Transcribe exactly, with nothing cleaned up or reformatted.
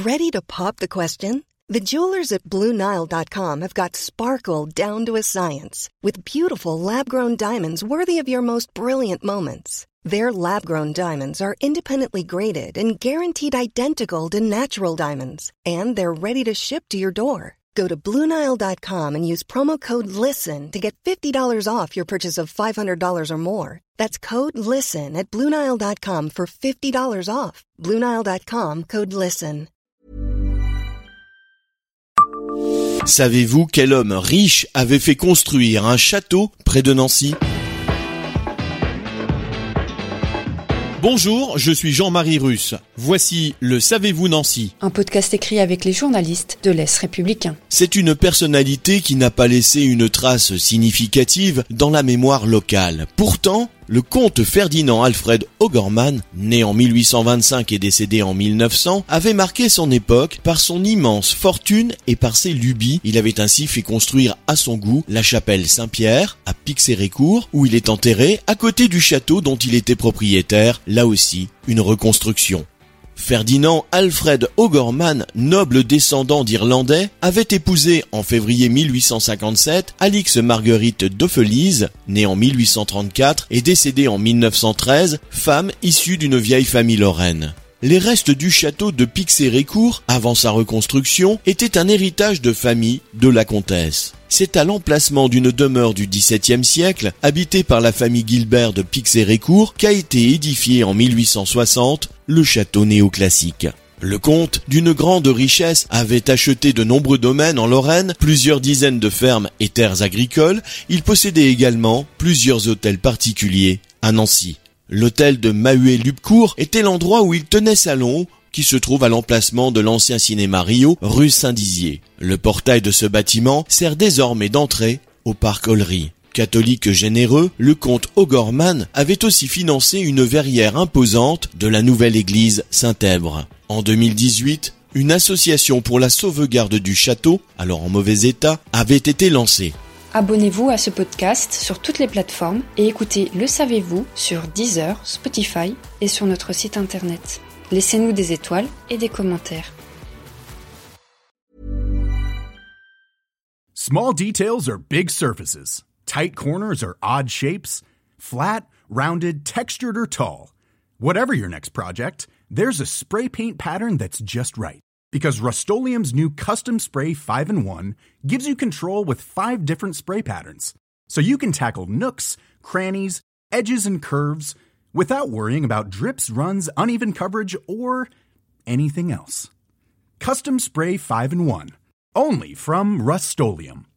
Ready to pop the question? The jewelers at Blue Nile dot com have got sparkle down to a science with beautiful lab-grown diamonds worthy of your most brilliant moments. Their lab-grown diamonds are independently graded and guaranteed identical to natural diamonds, and they're ready to ship to your door. Go to Blue Nile dot com and use promo code LISTEN to get fifty dollars off your purchase of five hundred dollars or more. That's code LISTEN at Blue Nile dot com for fifty dollars off. Blue Nile dot com, code LISTEN. Savez-vous quel homme riche avait fait construire un château près de Nancy ? Bonjour, je suis Jean-Marie Russe. Voici le Savez-vous Nancy ? Un podcast écrit avec les journalistes de l'Est républicain. C'est une personnalité qui n'a pas laissé une trace significative dans la mémoire locale. Pourtant, le comte Ferdinand Alfred O'Gorman, né en mille huit cent vingt-cinq et décédé en mille neuf cents, avait marqué son époque par son immense fortune et par ses lubies. Il avait ainsi fait construire à son goût la chapelle Saint-Pierre à Pixérécourt, où il est enterré, à côté du château dont il était propriétaire, là aussi une reconstruction. Ferdinand Alfred O'Gorman, noble descendant d'Irlandais, avait épousé en février mille huit cent cinquante-sept Alix Marguerite d'Offelise, née en mille huit cent trente-quatre et décédée en mille neuf cent treize, femme issue d'une vieille famille lorraine. Les restes du château de Pixérécourt, avant sa reconstruction, étaient un héritage de famille de la comtesse. C'est à l'emplacement d'une demeure du dix-septième siècle, habitée par la famille Gilbert de Pixérécourt, qu'a été édifié en mille huit cent soixante le château néoclassique. Le comte, d'une grande richesse, avait acheté de nombreux domaines en Lorraine, plusieurs dizaines de fermes et terres agricoles. Il possédait également plusieurs hôtels particuliers à Nancy. L'hôtel de Mahuet-Lubcourt était l'endroit où il tenait salon, qui se trouve à l'emplacement de l'ancien cinéma Rio, rue Saint-Dizier. Le portail de ce bâtiment sert désormais d'entrée au parc Ollery. Catholique généreux, le comte O'Gorman avait aussi financé une verrière imposante de la nouvelle église Saint-Èbre. En deux mille dix-huit, une association pour la sauvegarde du château, alors en mauvais état, avait été lancée. Abonnez-vous à ce podcast sur toutes les plateformes et écoutez Le Savez-vous sur Deezer, Spotify et sur notre site internet. Laissez-nous des étoiles et des commentaires. Small details are big surfaces. Tight corners are odd shapes. Flat, rounded, textured, or tall. Whatever your next project, there's a spray paint pattern that's just right. Because Rust-Oleum's new Custom Spray five in one gives you control with five different spray patterns. So you can tackle nooks, crannies, edges, and curves without worrying about drips, runs, uneven coverage, or anything else. Custom Spray five in one. Only from Rust-Oleum.